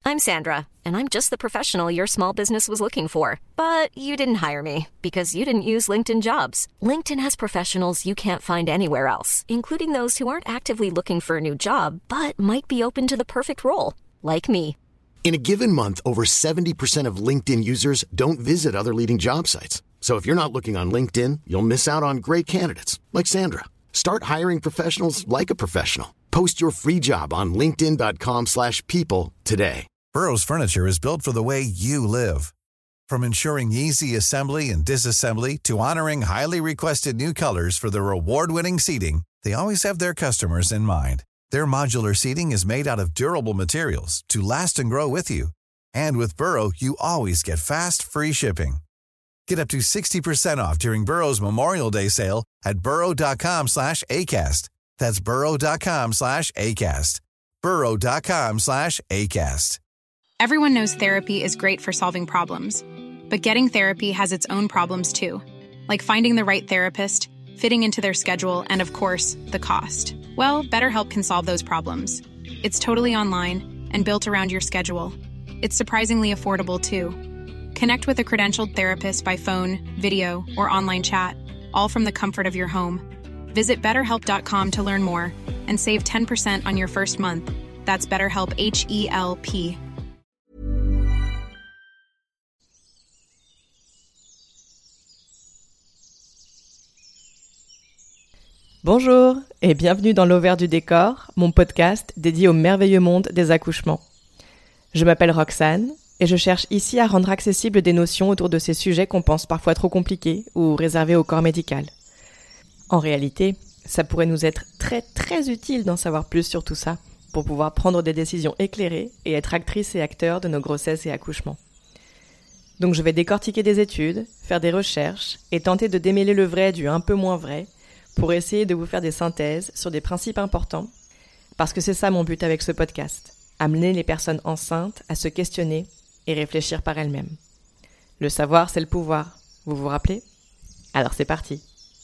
I'm Sandra, and I'm just the professional your small business was looking for. But you didn't hire me because you didn't use LinkedIn Jobs. LinkedIn has professionals you can't find anywhere else, including those who aren't actively looking for a new job, but might be open to the perfect role, like me. In a given month, over 70% of LinkedIn users don't visit other leading job sites. So if you're not looking on LinkedIn, you'll miss out on great candidates like Sandra. Start hiring professionals like a professional. Post your free job on linkedin.com/people today. Burrow's furniture is built for the way you live. From ensuring easy assembly and disassembly to honoring highly requested new colors for their award-winning seating, they always have their customers in mind. Their modular seating is made out of durable materials to last and grow with you. And with Burrow, you always get fast, free shipping. Get up to 60% off during Burrow's Memorial Day sale at burrow.com/ACAST. That's burrow.com/ACAST. burrow.com/ACAST. Everyone knows therapy is great for solving problems, but getting therapy has its own problems too, like finding the right therapist, fitting into their schedule, and of course, the cost. Well, BetterHelp can solve those problems. It's totally online and built around your schedule. It's surprisingly affordable too. Connect with a credentialed therapist by phone, video, or online chat, all from the comfort of your home. Visit BetterHelp.com to learn more and save 10% on your first month. That's BetterHelp, H-E-L-P. Bonjour et bienvenue dans l'Auvers du décor, mon podcast dédié au merveilleux monde des accouchements. Je m'appelle Roxane et je cherche ici à rendre accessibles des notions autour de ces sujets qu'on pense parfois trop compliqués ou réservés au corps médical. En réalité, ça pourrait nous être très très utile d'en savoir plus sur tout ça pour pouvoir prendre des décisions éclairées et être actrices et acteurs de nos grossesses et accouchements. Donc je vais décortiquer des études, faire des recherches et tenter de démêler le vrai du un peu moins vrai pour essayer de vous faire des synthèses sur des principes importants, parce que c'est ça mon but avec ce podcast, amener les personnes enceintes à se questionner et réfléchir par elles-mêmes. Le savoir, c'est le pouvoir, vous vous rappelez ? Alors c'est parti.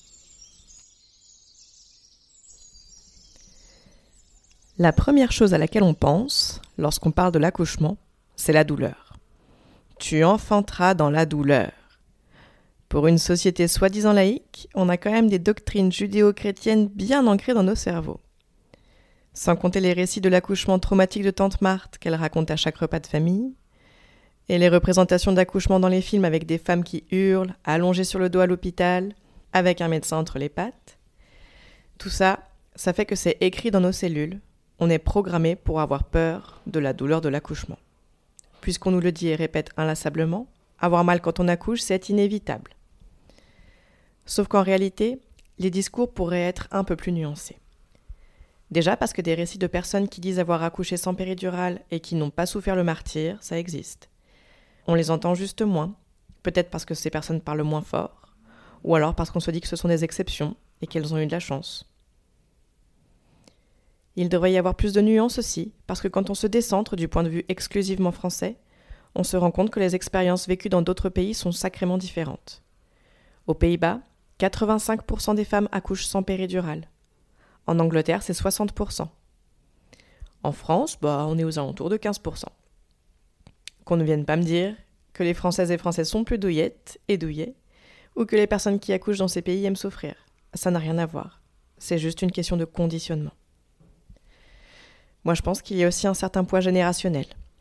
La première chose à laquelle on pense, lorsqu'on parle de l'accouchement, c'est la douleur. Tu enfanteras dans la douleur. Pour une société soi-disant laïque, on a quand même des doctrines judéo-chrétiennes bien ancrées dans nos cerveaux. Sans compter les récits de l'accouchement traumatique de tante Marthe qu'elle raconte à chaque repas de famille, et les représentations d'accouchement dans les films avec des femmes qui hurlent, allongées sur le dos à l'hôpital, avec un médecin entre les pattes. Tout ça, ça fait que c'est écrit dans nos cellules. On est programmé pour avoir peur de la douleur de l'accouchement. Puisqu'on nous le dit et répète inlassablement, avoir mal quand on accouche, c'est inévitable. Sauf qu'en réalité, les discours pourraient être un peu plus nuancés. Déjà parce que des récits de personnes qui disent avoir accouché sans péridurale et qui n'ont pas souffert le martyre, ça existe. On les entend juste moins, peut-être parce que ces personnes parlent moins fort, ou alors parce qu'on se dit que ce sont des exceptions et qu'elles ont eu de la chance. Il devrait y avoir plus de nuances aussi, parce que quand on se décentre du point de vue exclusivement français, on se rend compte que les expériences vécues dans d'autres pays sont sacrément différentes. Aux Pays-Bas, 85% des femmes accouchent sans péridurale. En Angleterre, c'est 60%. En France, on est aux alentours de 15%. Qu'on ne vienne pas me dire que les Françaises et Français sont plus douillettes et douillets, ou que les personnes qui accouchent dans ces pays aiment souffrir. Ça n'a rien à voir. C'est juste une question de conditionnement. Moi, je pense qu'il y a aussi un certain poids générationnel.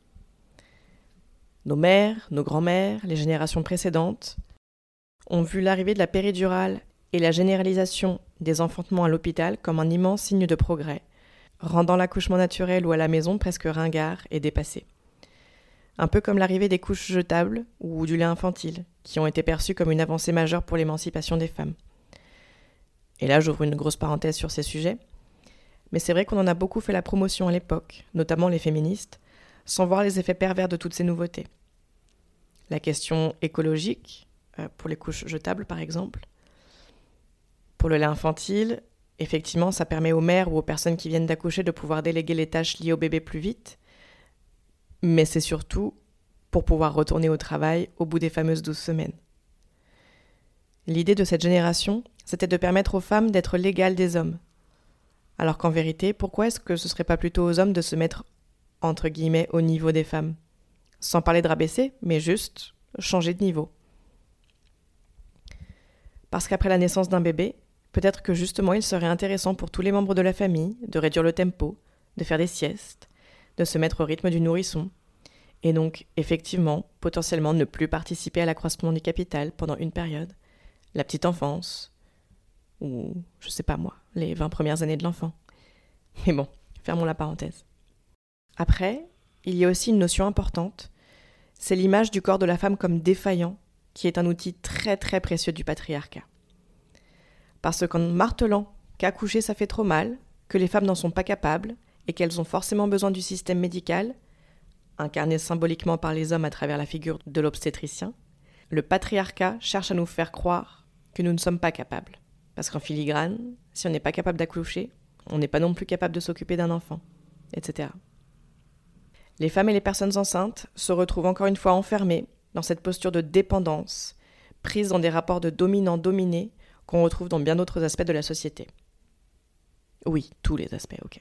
Nos mères, nos grands-mères, les générations précédentes ont vu l'arrivée de la péridurale et la généralisation des enfantements à l'hôpital comme un immense signe de progrès, rendant l'accouchement naturel ou à la maison presque ringard et dépassé. Un peu comme l'arrivée des couches jetables ou du lait infantile, qui ont été perçues comme une avancée majeure pour l'émancipation des femmes. Et là, j'ouvre une grosse parenthèse sur ces sujets, mais c'est vrai qu'on en a beaucoup fait la promotion à l'époque, notamment les féministes, sans voir les effets pervers de toutes ces nouveautés. La question écologique, pour les couches jetables par exemple. Pour le lait infantile, effectivement, ça permet aux mères ou aux personnes qui viennent d'accoucher de pouvoir déléguer les tâches liées au bébé plus vite, mais c'est surtout pour pouvoir retourner au travail au bout des fameuses 12 semaines. L'idée de cette génération, c'était de permettre aux femmes d'être l'égale des hommes. Alors qu'en vérité, pourquoi est-ce que ce ne serait pas plutôt aux hommes de se mettre entre guillemets, au niveau des femmes. Sans parler de rabaisser, mais juste changer de niveau. Parce qu'après la naissance d'un bébé, peut-être que justement il serait intéressant pour tous les membres de la famille de réduire le tempo, de faire des siestes, de se mettre au rythme du nourrisson, et donc, effectivement, potentiellement ne plus participer à l'accroissement du capital pendant une période, la petite enfance, ou, je sais pas moi, les 20 premières années de l'enfant. Mais bon, fermons la parenthèse. Après, il y a aussi une notion importante, c'est l'image du corps de la femme comme défaillant, qui est un outil très très précieux du patriarcat. Parce qu'en martelant qu'accoucher ça fait trop mal, que les femmes n'en sont pas capables, et qu'elles ont forcément besoin du système médical, incarné symboliquement par les hommes à travers la figure de l'obstétricien, le patriarcat cherche à nous faire croire que nous ne sommes pas capables. Parce qu'en filigrane, si on n'est pas capable d'accoucher, on n'est pas non plus capable de s'occuper d'un enfant, etc. Les femmes et les personnes enceintes se retrouvent encore une fois enfermées dans cette posture de dépendance, prises dans des rapports de dominant-dominé qu'on retrouve dans bien d'autres aspects de la société. Oui, tous les aspects, ok.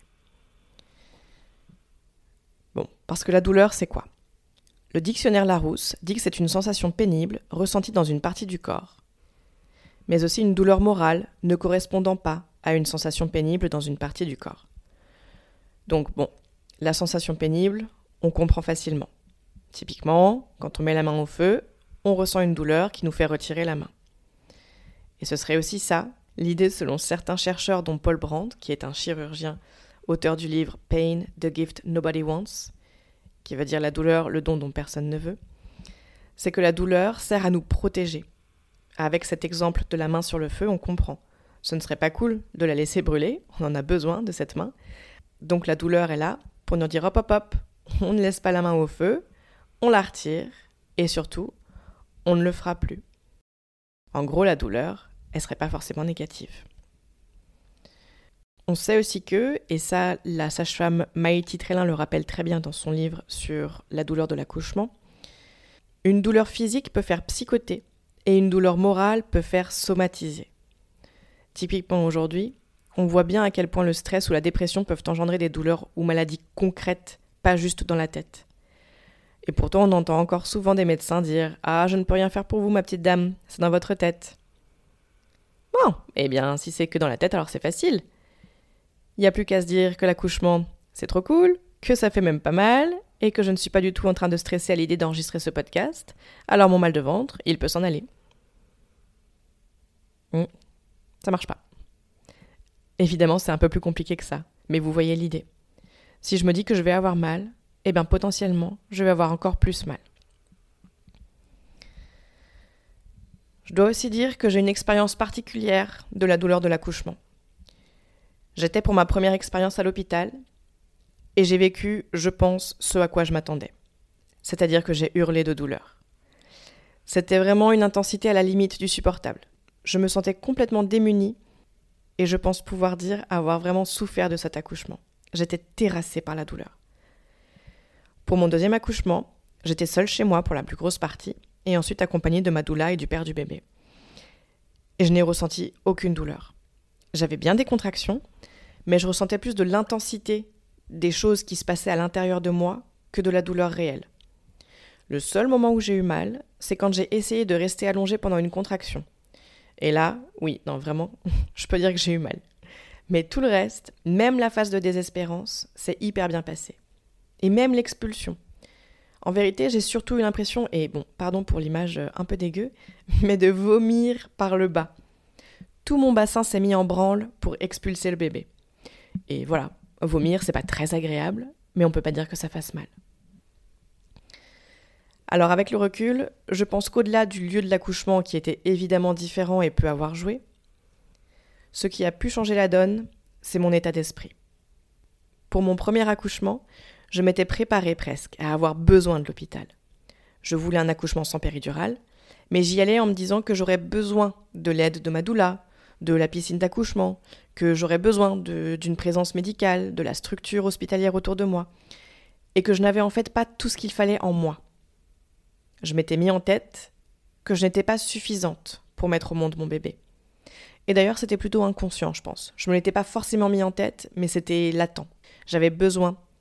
Bon, parce que la douleur, c'est quoi ? Le dictionnaire Larousse dit que c'est une sensation pénible ressentie dans une partie du corps, mais aussi une douleur morale ne correspondant pas à une sensation pénible dans une partie du corps. Donc bon, la sensation pénible, on comprend facilement. Typiquement, quand on met la main au feu, on ressent une douleur qui nous fait retirer la main. Et ce serait aussi ça, l'idée selon certains chercheurs dont Paul Brand, qui est un chirurgien, auteur du livre « Pain, the gift nobody wants », qui veut dire la douleur, le don dont personne ne veut, c'est que la douleur sert à nous protéger. Avec cet exemple de la main sur le feu, on comprend. Ce ne serait pas cool de la laisser brûler, on en a besoin de cette main. Donc la douleur est là pour nous dire hop hop hop, on ne laisse pas la main au feu, on la retire, et surtout, on ne le fera plus. En gros, la douleur, elle serait pas forcément négative. On sait aussi que, et ça, la sage-femme Maïti Trélin le rappelle très bien dans son livre sur la douleur de l'accouchement, une douleur physique peut faire psychoter et une douleur morale peut faire somatiser. Typiquement aujourd'hui, on voit bien à quel point le stress ou la dépression peuvent engendrer des douleurs ou maladies concrètes, pas juste dans la tête. Et pourtant, on entend encore souvent des médecins dire « Ah, je ne peux rien faire pour vous, ma petite dame, c'est dans votre tête. » Bon, eh bien, si c'est que dans la tête, alors c'est facile. Il n'y a plus qu'à se dire que l'accouchement, c'est trop cool, que ça fait même pas mal, et que je ne suis pas du tout en train de stresser à l'idée d'enregistrer ce podcast, alors mon mal de ventre, il peut s'en aller. Ça marche pas. Évidemment, c'est un peu plus compliqué que ça, mais vous voyez l'idée. Si je me dis que je vais avoir mal, eh bien potentiellement, je vais avoir encore plus mal. Je dois aussi dire que j'ai une expérience particulière de la douleur de l'accouchement. J'étais pour ma première expérience à l'hôpital et j'ai vécu, je pense, ce à quoi je m'attendais. C'est-à-dire que j'ai hurlé de douleur. C'était vraiment une intensité à la limite du supportable. Je me sentais complètement démunie et je pense pouvoir dire avoir vraiment souffert de cet accouchement. J'étais terrassée par la douleur. Pour mon deuxième accouchement, j'étais seule chez moi pour la plus grosse partie et ensuite accompagnée de ma doula et du père du bébé. Et je n'ai ressenti aucune douleur. J'avais bien des contractions, mais je ressentais plus de l'intensité des choses qui se passaient à l'intérieur de moi que de la douleur réelle. Le seul moment où j'ai eu mal, c'est quand j'ai essayé de rester allongée pendant une contraction. Et là, oui, non, vraiment, je peux dire que j'ai eu mal. Mais tout le reste, même la phase de désespérance, c'est hyper bien passé. Et même l'expulsion. En vérité, j'ai surtout eu l'impression, et bon, pardon pour l'image un peu dégueu, mais de vomir par le bas. Tout mon bassin s'est mis en branle pour expulser le bébé. Et voilà, vomir, c'est pas très agréable, mais on peut pas dire que ça fasse mal. Alors avec le recul, je pense qu'au-delà du lieu de l'accouchement qui était évidemment différent et peut avoir joué, ce qui a pu changer la donne, c'est mon état d'esprit. Pour mon premier accouchement, je m'étais préparée presque à avoir besoin de l'hôpital. Je voulais un accouchement sans péridurale, mais j'y allais en me disant que j'aurais besoin de l'aide de ma doula, de la piscine d'accouchement, que j'aurais besoin d'une présence médicale, de la structure hospitalière autour de moi, et que je n'avais en fait pas tout ce qu'il fallait en moi. Je m'étais mis en tête que je n'étais pas suffisante pour mettre au monde mon bébé. Et d'ailleurs, c'était plutôt inconscient, je pense. Je ne me l'étais pas forcément mis en tête, mais c'était latent. J'avais besoin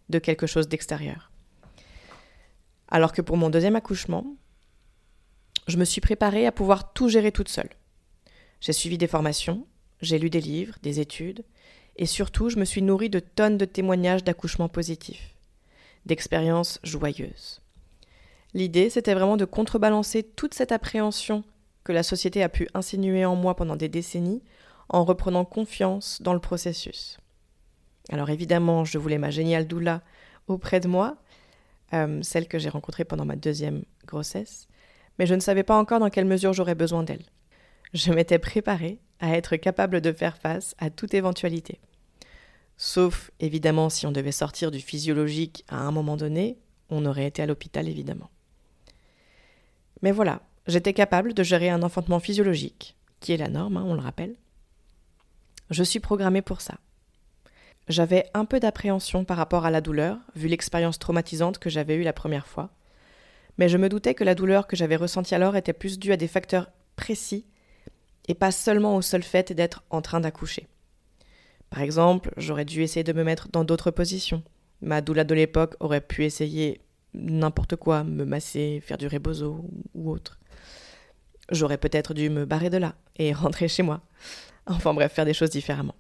de quelque chose d'extérieur. Alors que pour mon deuxième accouchement, je me suis préparée à pouvoir tout gérer toute seule. J'ai suivi des formations, j'ai lu des livres, des études, et surtout, je me suis nourrie de tonnes de témoignages d'accouchements positifs, d'expériences joyeuses. L'idée, c'était vraiment de contrebalancer toute cette appréhension que la société a pu insinuer en moi pendant des décennies en reprenant confiance dans le processus. Alors évidemment, je voulais ma géniale doula auprès de moi, celle que j'ai rencontrée pendant ma deuxième grossesse, mais je ne savais pas encore dans quelle mesure j'aurais besoin d'elle. Je m'étais préparée à être capable de faire face à toute éventualité. Sauf, évidemment, si on devait sortir du physiologique à un moment donné, on aurait été à l'hôpital, évidemment. Mais voilà, j'étais capable de gérer un enfantement physiologique, qui est la norme, on le rappelle. Je suis programmée pour ça. J'avais un peu d'appréhension par rapport à la douleur, vu l'expérience traumatisante que j'avais eue la première fois, mais je me doutais que la douleur que j'avais ressentie alors était plus due à des facteurs précis et pas seulement au seul fait d'être en train d'accoucher. Par exemple, j'aurais dû essayer de me mettre dans d'autres positions. Ma doula de l'époque aurait pu essayer n'importe quoi, me masser, faire du rebozo ou autre. J'aurais peut-être dû me barrer de là et rentrer chez moi. Enfin bref, faire des choses différemment.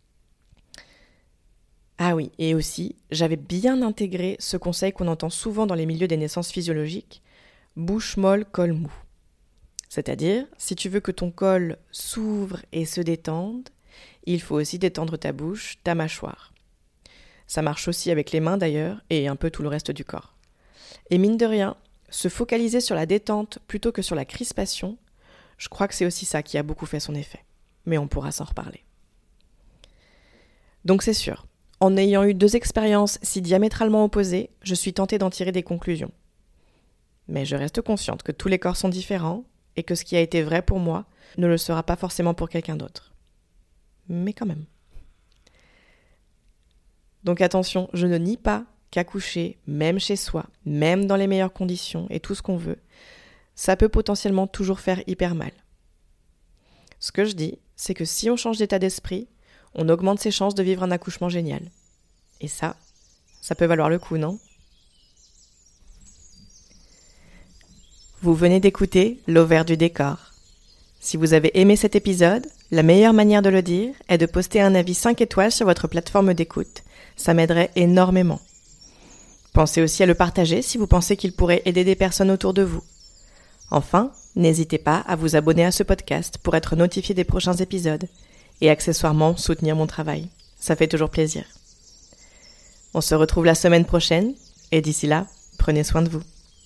Ah oui, et aussi, j'avais bien intégré ce conseil qu'on entend souvent dans les milieux des naissances physiologiques, bouche molle, col mou. C'est-à-dire, si tu veux que ton col s'ouvre et se détende, il faut aussi détendre ta bouche, ta mâchoire. Ça marche aussi avec les mains d'ailleurs, et un peu tout le reste du corps. Et mine de rien, se focaliser sur la détente plutôt que sur la crispation, je crois que c'est aussi ça qui a beaucoup fait son effet. Mais on pourra s'en reparler. Donc c'est sûr, en ayant eu 2 expériences si diamétralement opposées, je suis tentée d'en tirer des conclusions. Mais je reste consciente que tous les corps sont différents et que ce qui a été vrai pour moi ne le sera pas forcément pour quelqu'un d'autre. Mais quand même. Donc attention, je ne nie pas qu'accoucher, même chez soi, même dans les meilleures conditions et tout ce qu'on veut, ça peut potentiellement toujours faire hyper mal. Ce que je dis, c'est que si on change d'état d'esprit, on augmente ses chances de vivre un accouchement génial. Et ça peut valoir le coup, non ? Vous venez d'écouter L'Ovaire du décor. Si vous avez aimé cet épisode, la meilleure manière de le dire est de poster un avis 5 étoiles sur votre plateforme d'écoute. Ça m'aiderait énormément. Pensez aussi à le partager si vous pensez qu'il pourrait aider des personnes autour de vous. Enfin, n'hésitez pas à vous abonner à ce podcast pour être notifié des prochains épisodes et accessoirement soutenir mon travail. Ça fait toujours plaisir. On se retrouve la semaine prochaine et d'ici là, prenez soin de vous.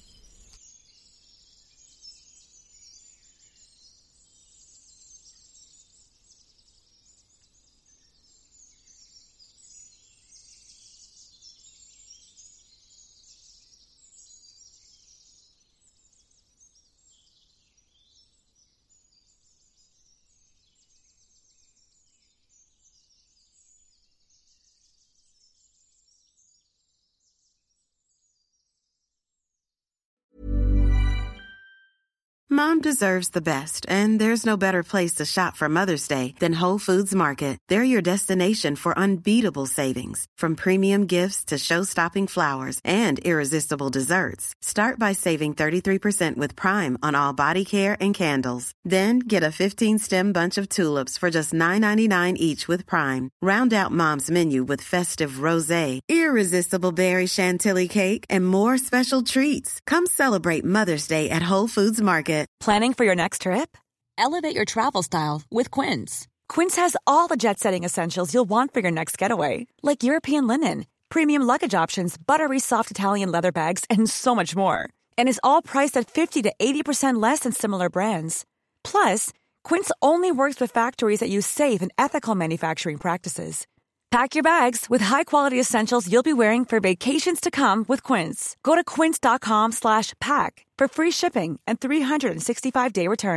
Mom deserves the best, and there's no better place to shop for Mother's Day than Whole Foods Market. They're your destination for unbeatable savings, from premium gifts to show-stopping flowers and irresistible desserts. Start by saving 33% with Prime on all body care and candles. Then get a 15-stem bunch of tulips for just $9.99 each with Prime. Round out Mom's menu with festive rosé, irresistible berry chantilly cake, and more special treats. Come celebrate Mother's Day at Whole Foods Market. Planning for your next trip? Elevate your travel style with Quince. Quince has all the jet-setting essentials you'll want for your next getaway, like European linen, premium luggage options, buttery soft Italian leather bags, and so much more. And is all priced at 50 to 80% less than similar brands. Plus, Quince only works with factories that use safe and ethical manufacturing practices. Pack your bags with high-quality essentials you'll be wearing for vacations to come with Quince. Go to quince.com/pack for free shipping and 365-day returns.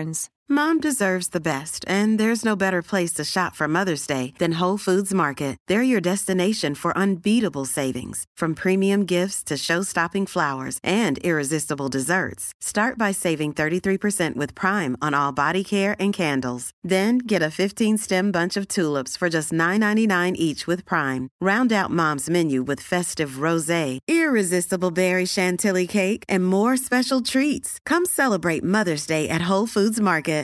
Mom deserves the best, and there's no better place to shop for Mother's Day than Whole Foods Market. They're your destination for unbeatable savings, from premium gifts to show-stopping flowers and irresistible desserts. Start by saving 33% with Prime on all body care and candles. Then get a 15-stem bunch of tulips for just $9.99 each with Prime. Round out Mom's menu with festive rosé, irresistible berry chantilly cake, and more special treats. Come celebrate Mother's Day at Whole Foods Market.